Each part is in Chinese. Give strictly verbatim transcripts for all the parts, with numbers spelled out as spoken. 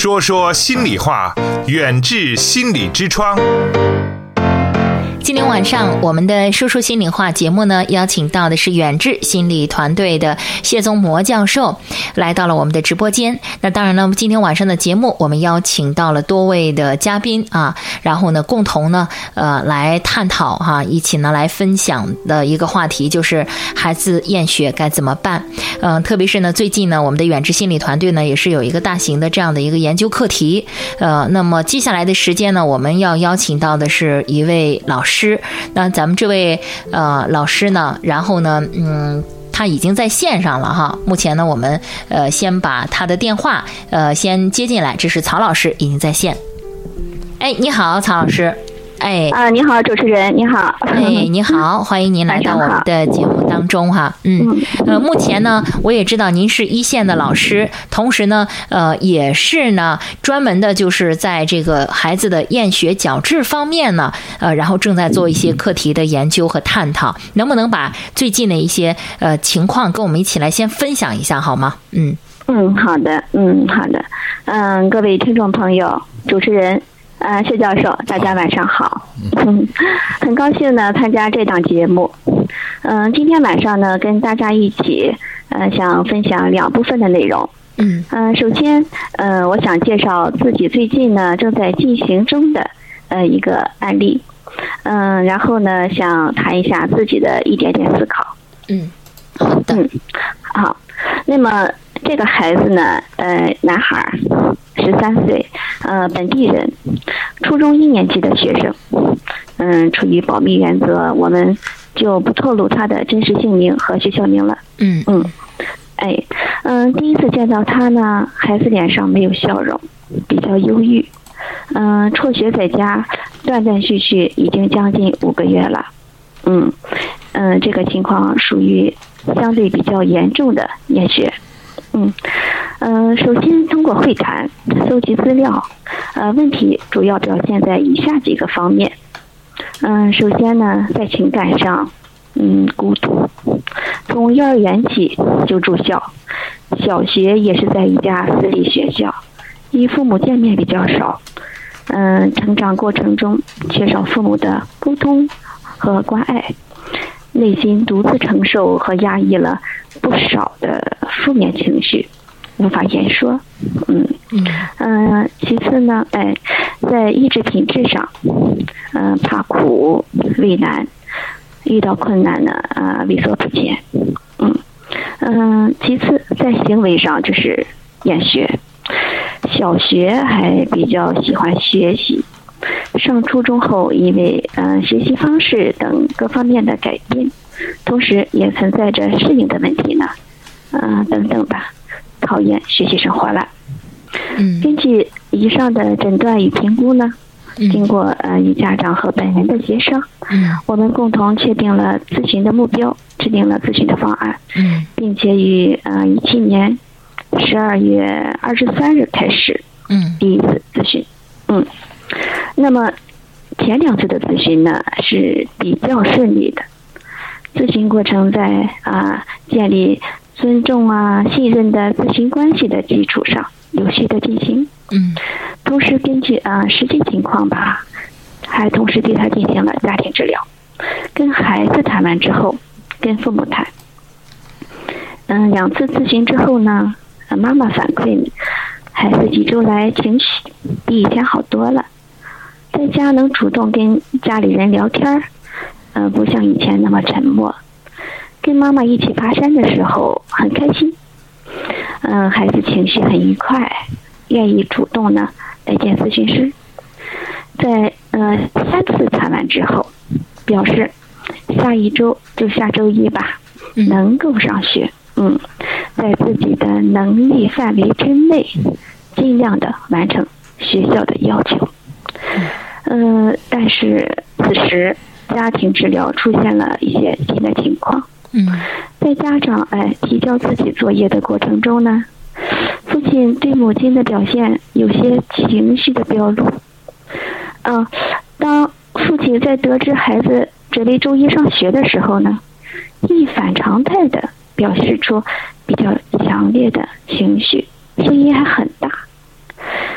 说说心里话，远志心理之窗。 今天晚上我们的说说心里话节目呢，邀请到的是远志心理团队的谢宗模教授来到了我们的直播间。那当然呢，今天晚上的节目我们邀请到了多位的嘉宾啊，然后呢共同呢呃来探讨哈、啊，一起呢来分享的一个话题就是孩子厌学该怎么办。嗯、呃，特别是呢最近呢我们的远志心理团队呢也是有一个大型的这样的一个研究课题。呃，那么接下来的时间呢，我们要邀请到的是一位老师。那咱们这位呃老师呢，然后呢，嗯，他已经在线上了哈。目前呢，我们呃先把他的电话呃先接进来，这是曹老师已经在线。哎，你好，曹老师。哎啊，你好，主持人，你好。 哎，你好，欢迎您来到我们的节目当中哈。嗯，呃，目前呢，我也知道您是一线的老师，同时呢，呃，也是呢专门的，就是在这个孩子的厌学矫治方面呢，呃，然后正在做一些课题的研究和探讨。能不能把最近的一些呃情况跟我们一起来先分享一下好吗？嗯嗯，好的，嗯，好的，嗯，各位听众朋友，主持人。呃，谢教授，大家晚上好。嗯，很高兴呢参加这档节目。嗯、呃，今天晚上呢跟大家一起，呃，想分享两部分的内容。 嗯。 呃，首先，呃，我想介绍自己最近呢正在进行中的呃一个案例。嗯、呃，然后呢想谈一下自己的一点点思考。 嗯，好的。 嗯，好。那么这个孩子呢，呃，男孩。十三岁，呃，本地人，初中一年级的学生。嗯，出于保密原则，我们就不透露他的真实姓名和学校名了。 嗯嗯，哎，嗯，第一次见到他呢，孩子脸上没有笑容，比较忧郁。嗯，辍学在家，断断续续已经将近五个月了。嗯嗯，这个情况属于相对比较严重的厌学。嗯，呃，首先通过会谈搜集资料，呃，问题主要表现在以下几个方面。嗯、呃，首先呢，在情感上，嗯，孤独，从幼儿园起就住校，小学也是在一家私立学校，与父母见面比较少。嗯、呃，成长过程中缺少父母的沟通和关爱。内心独自承受和压抑了不少的负面情绪，无法言说。嗯嗯、呃，其次呢，哎，在意志品质上，嗯、呃，怕苦畏难，遇到困难呢，啊、呃，畏缩不前。嗯嗯、呃，其次在行为上就是厌学，小学还比较喜欢学习。上初中后，因为呃学习方式等各方面的改变，同时也存在着适应的问题呢，呃等等吧，讨厌学习生活了。 嗯， 根据以上的诊断与评估呢，经过呃与家长和本人的协商， 嗯， 我们共同确定了咨询的目标，制定了咨询的方案， 嗯， 并且于呃一七年十二月二十三日开始， 嗯， 第一次咨询，嗯。那么前两次的咨询呢是比较顺利的，咨询过程在啊建立尊重啊信任的咨询关系的基础上有序的进行。 嗯， 同时根据啊实际情况吧，还同时对他进行了家庭治疗。跟孩子谈完之后，跟父母谈。嗯，两次咨询之后呢，妈妈反馈孩子几周来情绪比以前好多了。在家能主动跟家里人聊天，呃，不像以前那么沉默。跟妈妈一起爬山的时候很开心，嗯、呃，孩子情绪很愉快，愿意主动呢来见咨询师。在呃三次谈完之后，表示下一周就下周一吧，能够上学。嗯，在自己的能力范围之内，尽量的完成学校的要求。呃，但是此时家庭治疗出现了一些新的情况。 嗯， 在家长哎提交自己作业的过程中呢，父亲对母亲的表现有些情绪的表露。嗯、呃，当父亲在得知孩子准备周一上学的时候呢，一反常态的表示出比较强烈的情绪，声音还很大。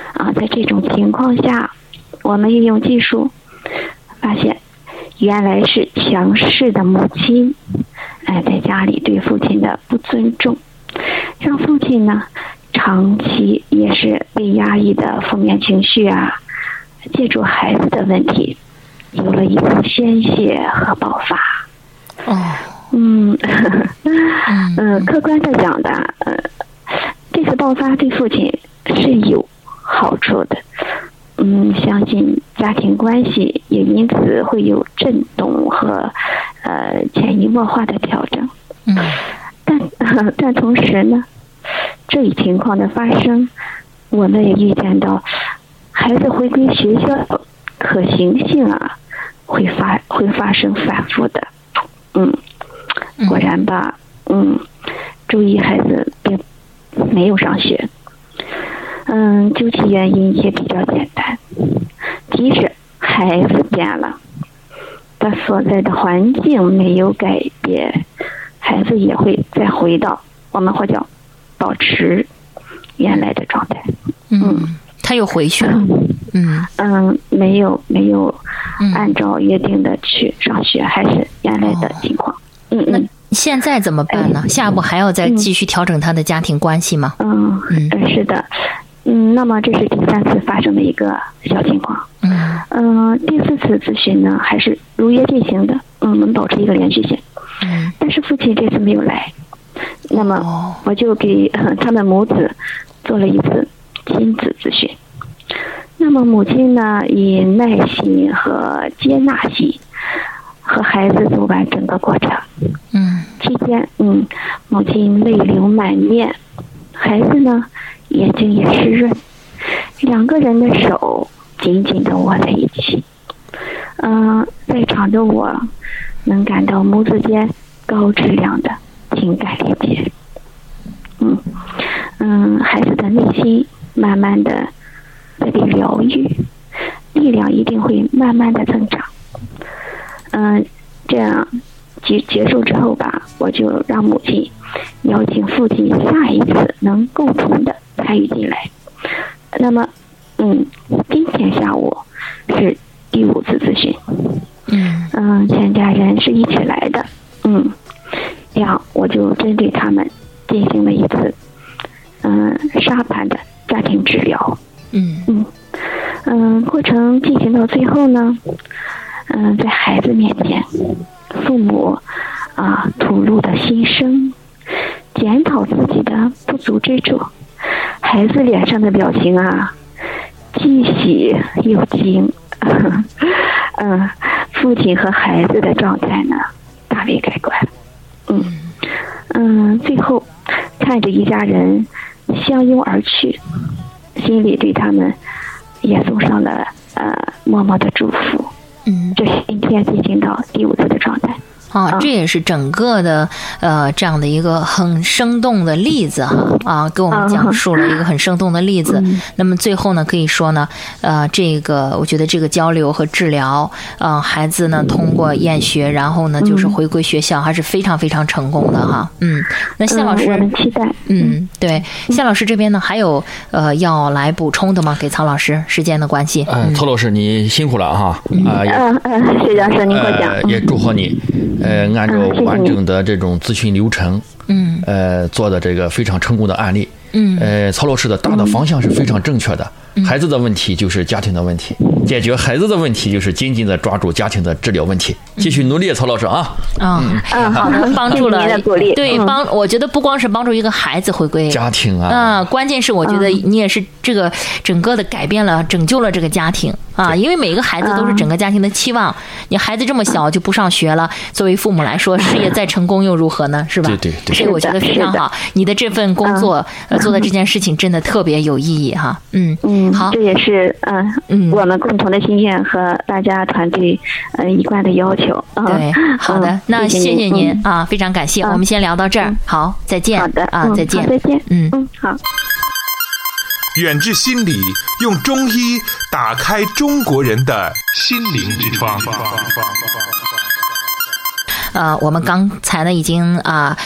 在这种情况下，我们运用技术发现，原来是强势的母亲，哎，在家里对父亲的不尊重，让父亲呢长期也是被压抑的负面情绪啊，借助孩子的问题，有了一次宣泄和爆发。 哦， 嗯，嗯、呃，客观的讲的，呃，这次爆发对父亲是有好处的。嗯，相信家庭关系也因此会有震动和呃潜移默化的调整。 嗯， 但、呃、但同时呢，这一情况的发生，我们也预见到孩子回归学校可行性啊，会发会发生反复的。嗯，果然吧，嗯，周一孩子并没有上学。嗯，究其原因也比较简单，即使孩子变了，他所在的环境没有改变，孩子也会再回到我们或叫保持原来的状态。 嗯，他又回去了。嗯嗯，没有没有按照约定的去上学，还是原来的情况。嗯嗯。 那现在怎么办呢？下一步还要再继续调整他的家庭关系吗？ 嗯嗯，是的。嗯，那么这是第三次发生的一个小情况。 嗯嗯、呃，第四次咨询呢，还是如约进行的，嗯，我们保持一个连续性。 嗯， 但是父亲这次没有来，那么我就给、呃、他们母子做了一次亲子咨询。那么母亲呢，以耐心和接纳心和孩子走完整个过程。 嗯， 期间，嗯，母亲泪流满面，孩子呢眼睛也湿润，两个人的手紧紧地握在一起。嗯、呃，在场的我能感到母子间高质量的情感连接。嗯嗯，孩子的内心慢慢的在被疗愈，力量一定会慢慢的增长。嗯、呃，这样结结束之后吧，我就让母亲邀请父亲下一次能共同的参与进来。那么，嗯，今天下午是第五次咨询。 嗯嗯，全家人是一起来的。嗯，这样我就针对他们进行了一次嗯沙盘的家庭治疗。 嗯嗯嗯，过程进行到最后呢，嗯，在孩子面前，父母啊吐露的心声，检讨自己的不足之处，孩子脸上的表情啊，既喜又惊。嗯，父亲和孩子的状态呢，大为改观。嗯嗯，最后看着一家人相拥而去，心里对他们也送上了呃默默的祝福。 嗯， 这是今天进行到第五次的状态。 啊，这也是整个的呃这样的一个很生动的例子哈啊，给我们讲述了一个很生动的例子。 嗯、 那么最后呢，可以说呢，呃，这个我觉得这个交流和治疗，呃，孩子呢通过厌学，然后呢就是回归学校，还是非常非常成功的哈。嗯，那夏老师， 嗯、我们期待。 嗯，对，夏老师这边呢还有呃要来补充的吗？给曹老师，时间的关系。 嗯，曹老师你辛苦了哈。 啊，嗯嗯，谢教授您过奖。 也祝贺你。呃，按照完整的这种咨询流程， 嗯， 呃，做的这个非常成功的案例， 嗯， 呃，曹老师的大的方向是非常正确的。嗯、孩子的问题就是家庭的问题，解决孩子的问题就是紧紧的抓住家庭的治疗问题，继续努力，曹老师啊。 啊、嗯，嗯，好的，帮助了，对，帮，我觉得不光是帮助一个孩子回归家庭啊， 啊、嗯，关键是我觉得你也是这个整个的改变了，拯救了这个家庭啊，因为每个孩子都是整个家庭的期望。你孩子这么小就不上学了，作为父母来说，事业再成功又如何呢？是吧？ 对对对。 所以我觉得非常好，你的这份工作，呃，做的这件事情真的特别有意义哈。嗯嗯， 好， 这也是嗯嗯我们共同的心愿和大家团队呃一贯的要求。 对，好的，那谢谢您啊，非常感谢，我们先聊到这儿，好，再见。 好的啊，再见， 再见。 嗯嗯，好。 远志心理用中医打开中国人的心灵之窗。 呃，我们刚才呢已经啊。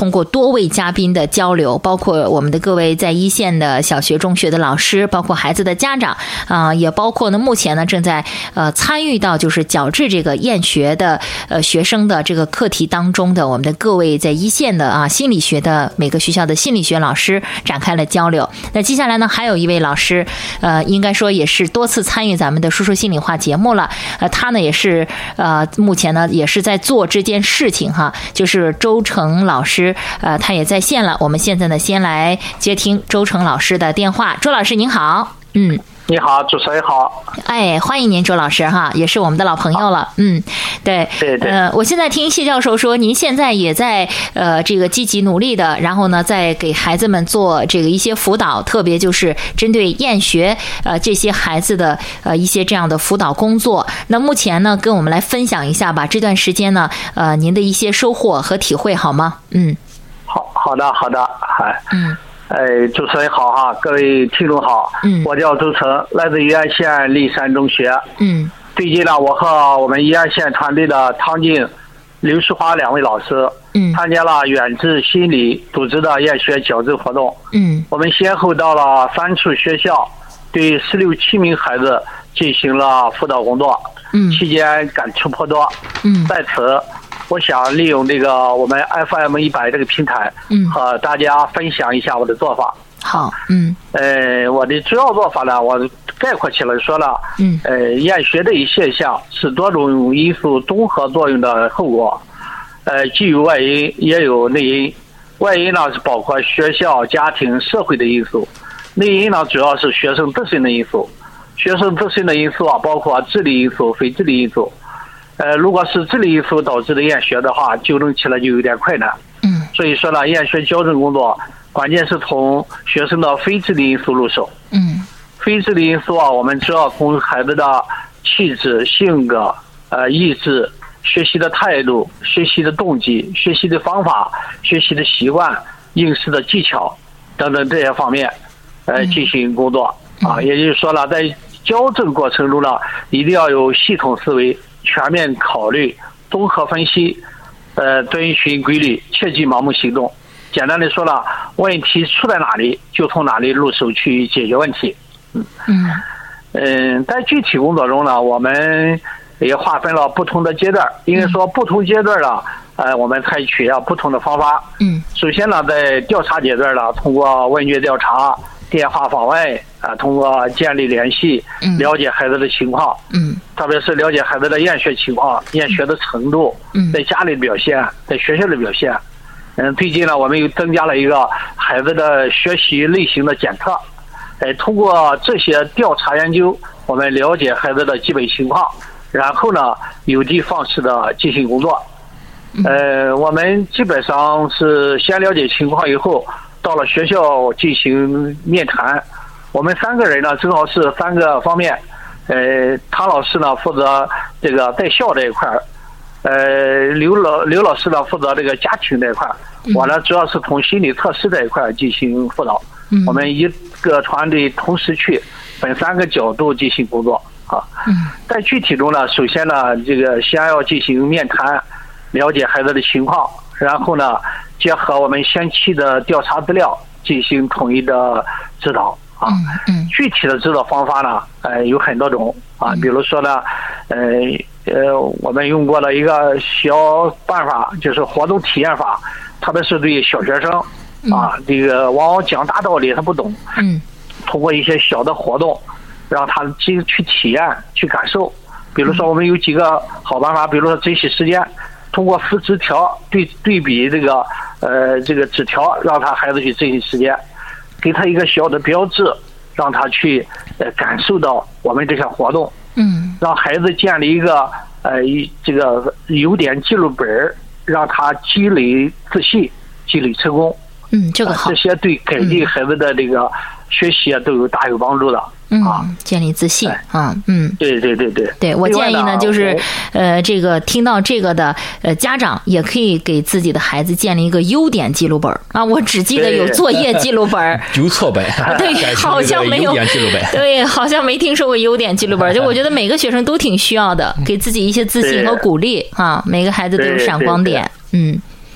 通过多位嘉宾的交流，包括我们的各位在一线的小学、中学的老师，包括孩子的家长啊、呃，也包括呢目前呢正在呃参与到就是矫治这个厌学的呃学生的这个课题当中的我们的各位在一线的啊心理学的每个学校的心理学老师展开了交流。那接下来呢还有一位老师，呃，应该说也是多次参与咱们的说说心里话节目了。呃，他呢也是呃目前呢也是在做这件事情哈，就是周成老师，呃，他也在线了。我们现在呢先来接听周成老师的电话。周老师您好。嗯， 你好，主持人好。 哎，欢迎您，周老师哈，也是我们的老朋友了。嗯，对， 对对。 呃，我现在听谢教授说，您现在也在呃这个积极努力的，然后呢，在给孩子们做这个一些辅导，特别就是针对厌学呃这些孩子的呃一些这样的辅导工作。那目前呢，跟我们来分享一下吧，这段时间呢，呃，您的一些收获和体会好吗？嗯， 好好的好的，嗨， 嗯。 哎，主持人好哈，各位听众好， 嗯， 我叫周成，来自宜安县历山中学， 嗯， 最近呢，我和我们宜安县团队的汤静、刘淑华两位老师， 嗯， 参加了远志心理组织的厌学矫正活动， 嗯，我们先后到了三处学校，对十六七名孩子进行了辅导工作， 嗯， 期间感触颇多， 嗯， 在此。我想利用这个我们 F M 一百这个平台， 嗯， 和大家分享一下我的做法。 好，嗯， 呃，我的主要做法呢，我概括起来说了， 嗯， 呃，厌学的一现象是多种因素综合作用的后果，呃，既有外因也有内因。外因呢是包括学校、家庭、社会的因素，内因呢主要是学生自身的因素。学生自身的因素啊，包括智力因素、非智力因素。呃，如果是智力因素导致的厌学的话，纠正起来就有点困难。 嗯， 所以说呢，厌学矫正工作关键是从学生的非智力因素入手。 嗯， 非智力因素啊，我们主要从孩子的气质、性格、呃意志、学习的态度、学习的动机、学习的方法、学习的习惯、应试的技巧等等这些方面，呃进行工作啊。也就是说呢，在矫正过程中呢，一定要有系统思维。全面考虑、综合分析，呃，遵循规律，切忌盲目行动。简单的说了，问题出在哪里，就从哪里入手去解决问题。嗯嗯嗯，在具体工作中呢，我们也划分了不同的阶段。应该说，不同阶段呢，呃，我们采取了不同的方法。嗯，首先呢，在调查阶段呢，通过问卷调查、电话访问啊，通过建立联系，了解孩子的情况，嗯，特别是了解孩子的厌学情况、厌学的程度，嗯，在家里的表现，在学校的表现，嗯，最近呢，我们又增加了一个孩子的学习类型的检测，哎，通过这些调查研究，我们了解孩子的基本情况，然后呢，有的放矢的进行工作，呃，我们基本上是先了解情况以后。到了学校进行面谈，我们三个人呢正好是三个方面，呃，唐老师呢负责这个在校这一块，呃，刘老刘老师呢负责这个家庭这一块，我呢主要是从心理测试这一块进行辅导。我们一个团队同时去，分三个角度进行工作啊。在具体中呢，首先呢，这个先要进行面谈，了解孩子的情况，然后呢。结合我们先期的调查资料进行统一的指导啊，嗯，具体的指导方法呢，呃，有很多种啊，比如说呢，呃呃，我们用过的一个小办法就是活动体验法，特别是对小学生啊，这个往往讲大道理他不懂，嗯，通过一些小的活动，让他去去体验、去感受。比如说，我们有几个好办法，比如说珍惜时间。通过撕纸条对对比这个呃这个纸条，让他孩子去珍惜时间，给他一个小的标志，让他去呃感受到我们这项活动，嗯，让孩子建立一个呃这个优点记录本，让他积累自信，积累成功。 嗯，这个好， 这些对改进孩子的这个学习啊都有大有帮助的。 嗯，建立自信啊，嗯， 对对对对， 对我建议呢，就是呃，这个听到这个的呃家长也可以给自己的孩子建立一个优点记录本啊。我只记得有作业记录本、 纠错本， 对，好像没有记录本， 对，好像没听说过优点记录本。就我觉得每个学生都挺需要的，给自己一些自信和鼓励啊。每个孩子都有闪光点，嗯。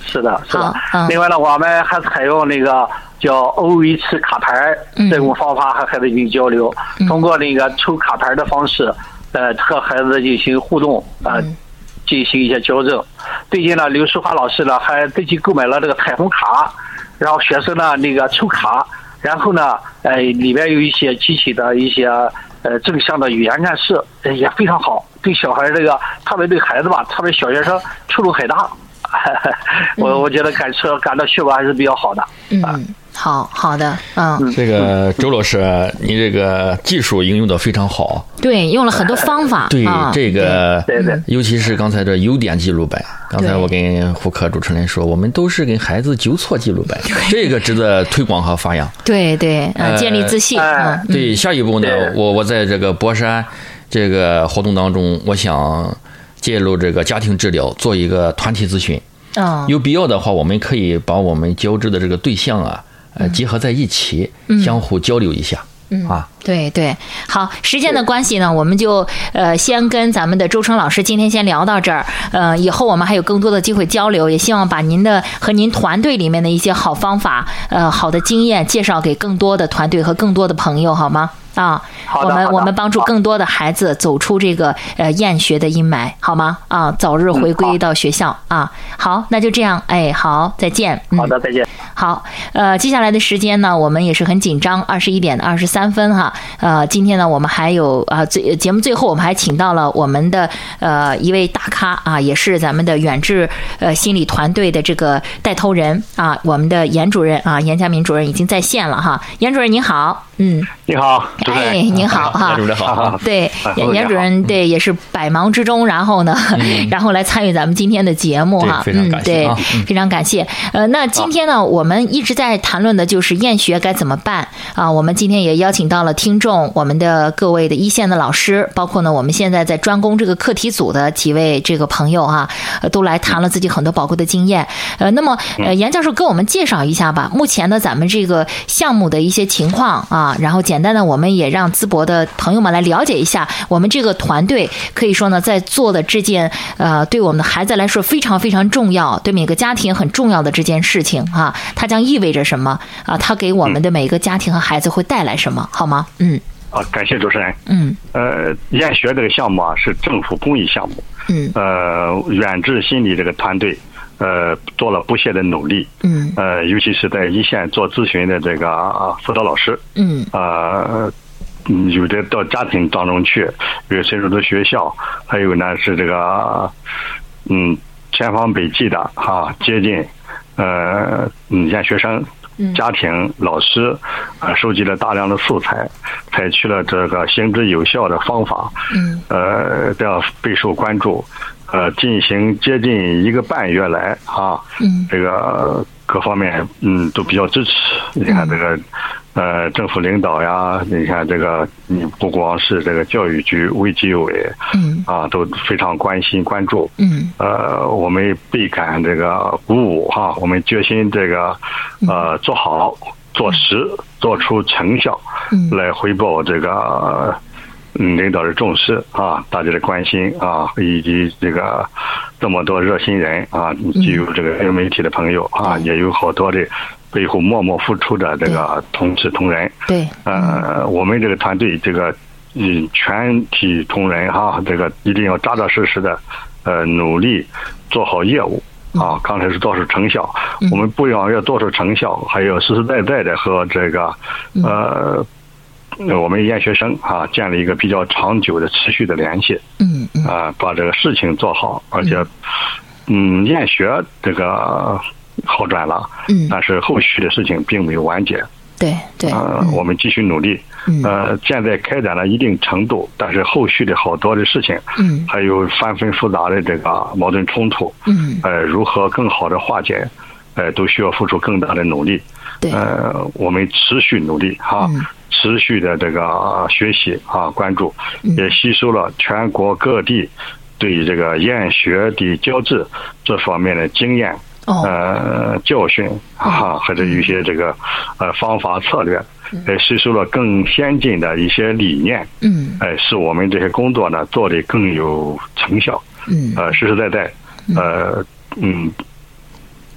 是的，是的。 嗯、 另外呢，我们还采用那个叫 O H 卡牌这种方法和孩子进行交流，嗯、通过那个抽卡牌的方式，呃，和孩子进行互动，呃，嗯、进行一些矫正。最近呢，刘淑华老师呢还自己购买了这个彩虹卡，然后学生呢那个抽卡，然后呢，呃，里面有一些机器的一些呃正向的语言暗示，也非常好。对小孩这个，特别对孩子吧，特别小学生触动很大。我我觉得感受感到效果还是比较好的。 嗯，好好的，嗯。 这个周老师，你这个技术应用的非常好。 对，用了很多方法。 对， 啊、 这个， 对对， 尤其是刚才这优点记录本，刚才我跟胡科主持人说，我们都是跟孩子纠错记录本，这个值得推广和发扬。 对对，呃，建立自信。 呃、 嗯， 对，下一步呢，我我在这个博山这个活动当中，我想介入这个家庭治疗，做一个团体咨询。 哦， 有必要的话，我们可以把我们交织的这个对象啊，呃，结合在一起， 嗯、 相互交流一下。 嗯啊， 对对，好，时间的关系呢，我们就呃先跟咱们的周成老师今天先聊到这儿，呃，以后我们还有更多的机会交流，也希望把您的和您团队里面的一些好方法、呃好的经验介绍给更多的团队和更多的朋友，好吗？啊，我们我们帮助更多的孩子走出这个呃厌学的阴霾，好吗？啊，早日回归到学校、嗯、啊。好，那就这样，哎，好，再见。 嗯、好的，再见。 好，呃，接下来的时间呢，我们也是很紧张，二十一点二十三分哈。呃，今天呢，我们还有啊，最节目最后我们还请到了我们的呃一位大咖啊，也是咱们的远志呃心理团队的这个带头人啊，我们的严主任啊，严家民主任已经在线了哈。严主任您好，嗯， 你好， 哎，您好哈， 严主任好， 对，严严主任对也是百忙之中，然后呢，嗯、然后来参与咱们今天的节目哈， 嗯， 对，非常感谢。呃，那今天呢，我们一直在谈论的就是厌学该怎么办啊。我们今天也邀请到了听众，我们的各位的一线的老师，包括呢我们现在在专攻这个课题组的几位这个朋友哈、啊，都来谈了自己很多宝贵的经验。呃，那么呃，严教授跟我们介绍一下吧，目前的咱们这个项目的一些情况啊，然后简单的我们也让淄博的朋友们来了解一下，我们这个团队可以说呢在做的这件呃对我们的孩子来说非常非常重要，对每个家庭很重要的这件事情啊，它将意味着什么啊？它给我们的每个家庭和孩子会带来什么？好吗？嗯。 啊，感谢主持人。 嗯。 呃，厌学这个项目啊是政府公益项目。 嗯。 呃，远志心理这个团队，呃，做了不懈的努力。 嗯。 呃，尤其是在一线做咨询的这个辅导老师。 嗯。 呃。有的到家庭当中去，有深入的学校，还有呢是这个，嗯，千方百计的哈、啊、接近，呃，嗯，让学生、家庭、老师，呃，收集了大量的素材，采取了这个行之有效的方法， 嗯， 呃，这样备受关注，呃，进行接近一个半月来啊， 嗯， 这个各方面嗯都比较支持，你看这个。呃，政府领导呀，你看这个，你不光是这个教育局、卫计委， 嗯， 啊，都非常关心关注， 嗯， 呃，我们倍感这个鼓舞哈，我们决心这个，呃，做好、做实、做出成效， 嗯， 来回报这个。嗯，领导的重视啊，大家的关心啊，以及这个这么多热心人啊，既有这个媒体的朋友啊，也有好多的背后默默付出的这个同志同仁。 对， 呃，我们这个团队这个嗯全体同仁哈、啊，这个一定要扎扎实实的呃努力做好业务啊。刚才是做出成效，我们不光要做出成效，还要实实在在的和这个呃。我们厌学生啊，建立一个比较长久的、持续的联系。 嗯嗯。 啊，把这个事情做好，而且，嗯，厌学这个好转了。嗯。但是后续的事情并没有完结。 对对。 呃，嗯、我们继续努力。 嗯。 呃，现在开展了一定程度，但是后续的好多的事情， 嗯， 还有纷纷复杂的这个矛盾冲突， 嗯， 呃，如何更好的化解，呃，都需要付出更大的努力。 对。 呃，我们持续努力哈。嗯，持续的这个学习啊，关注，也吸收了全国各地对这个厌学的教治这方面的经验、呃教训啊，或者有些这个呃方法策略，也吸收了更先进的一些理念， 嗯， 哎，使我们这些工作呢做得更有成效， 嗯， 呃，实实在在，呃，嗯。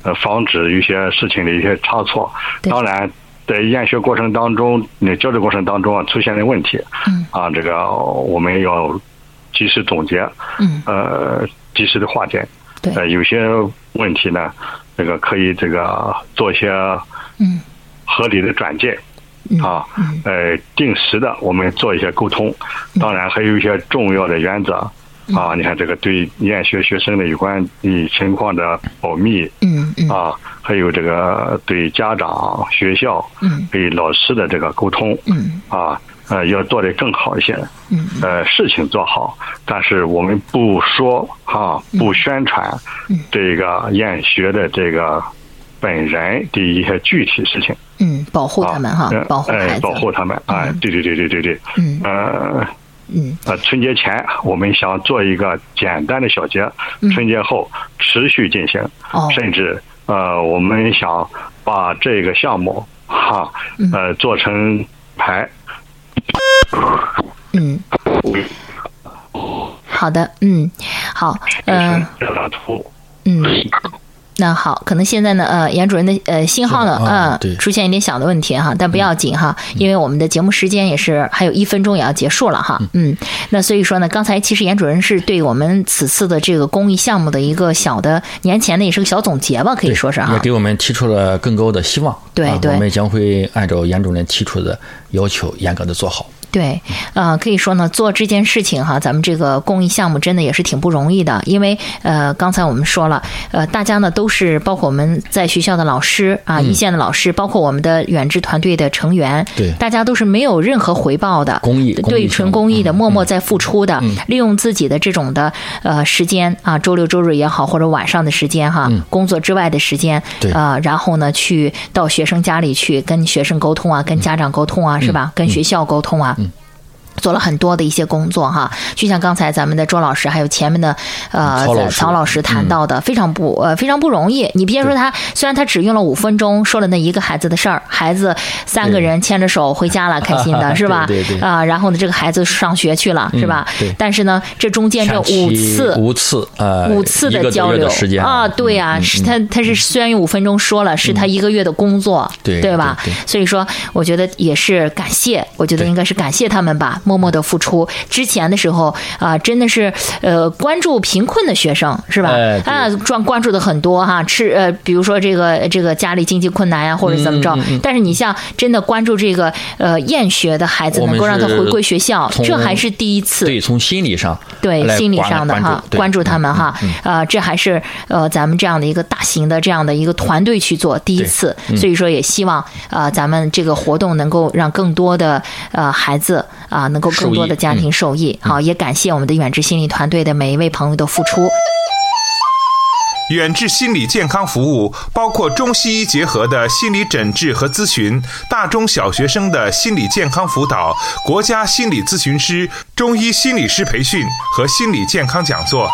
呃防止一些事情的一些差错。当然，在验血过程当中，那矫治过程当中啊出现的问题， 嗯啊，这个我们要及时总结， 嗯呃，及时的化解。 对， 呃，有些问题呢，这个可以这个做一些嗯合理的转介。啊，呃，定时的我们做一些沟通，当然还有一些重要的原则啊。你看这个对验血学生的有关的情况的保密， 嗯嗯啊，还有这个对家长、学校、 嗯对老师的这个沟通， 嗯啊，呃，要做得更好一些。 嗯呃，事情做好，但是我们不说哈，不宣传这个验血的这个本人的一些具体事情。 嗯，保护他们哈， 啊、 保护孩子， 哎，保护他们啊、哎！对对对对对对， 嗯呃嗯呃，春节前我们想做一个简单的小节， 嗯、 春节后持续进行， 哦、 甚至呃，我们想把这个项目哈呃做成牌。 嗯，好的，嗯，好，嗯、 呃， 嗯。那好，可能现在呢，呃，严主任的呃信号呢， 啊、 呃，出现一点小的问题哈，但不要紧哈，嗯、因为我们的节目时间也是还有一分钟也要结束了哈，嗯，那所以说呢，刚才其实严主任是对我们此次的这个公益项目的一个小的年前的也是个小总结吧，可以说是哈， 也给我们提出了更高的希望， 对对、 啊，我们将会按照严主任提出的要求，严格的做好。 对，呃，可以说呢，做这件事情哈，咱们这个公益项目真的也是挺不容易的，因为呃，刚才我们说了，呃，大家呢都是包括我们在学校的老师啊，一线的老师，包括我们的远志团队的成员， 对， 大家都是没有任何回报的， 公益， 对，纯公益的，默默在付出的，利用自己的这种的呃时间啊，周六周日也好，或者晚上的时间哈，工作之外的时间， 对， 呃，然后呢，去到学生家里去跟学生沟通啊，跟家长沟通啊，是吧？跟学校沟通啊。做了很多的一些工作哈，就像刚才咱们的周老师还有前面的呃曹老师曹老师谈到的，嗯、非常不呃非常不容易。你别说他，虽然他只用了五分钟说了那一个孩子的事儿，孩子三个人牵着手回家了，开心的是吧？ 对对对啊、呃，然后呢，这个孩子上学去了，是吧？ 对。 但是呢，这中间这五次五次呃五次的交流啊，对啊，是他他是虽然用五分钟说了，是他一个月的工作， 对对吧？所以说，我觉得也是感谢，我觉得应该是感谢他们吧。默默的付出，之前的时候啊、呃，真的是呃关注贫困的学生是吧？ 哎、 啊，关关注的很多哈，吃呃，比如说这个这个家里经济困难呀、啊，或者怎么着。 嗯嗯、 但是你像真的关注这个呃厌学的孩子，能够让他回归学校，这还是第一次。 对，从心理上对心理上的哈，关注他们哈， 嗯嗯、 呃，这还是呃咱们这样的一个大型的这样的一个团队去做第一次， 嗯、 所以说也希望呃咱们这个活动能够让更多的呃孩子啊、呃、能够更多的家庭受益。好，也感谢我们的远志心理团队的每一位朋友的付出。 远志心理健康服务包括中西医结合的心理诊治和咨询，大中小学生的心理健康辅导，国家心理咨询师、中医心理师培训和心理健康讲座。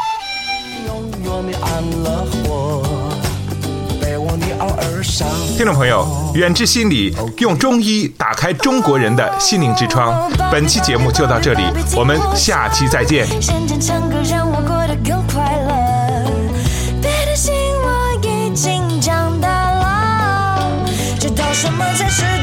听众朋友，远志心理用中医打开中国人的心灵之窗。本期节目就到这里，我们下期再见。 深圳唱歌让我过得更快乐，别担心我已经长大了，知道什么才是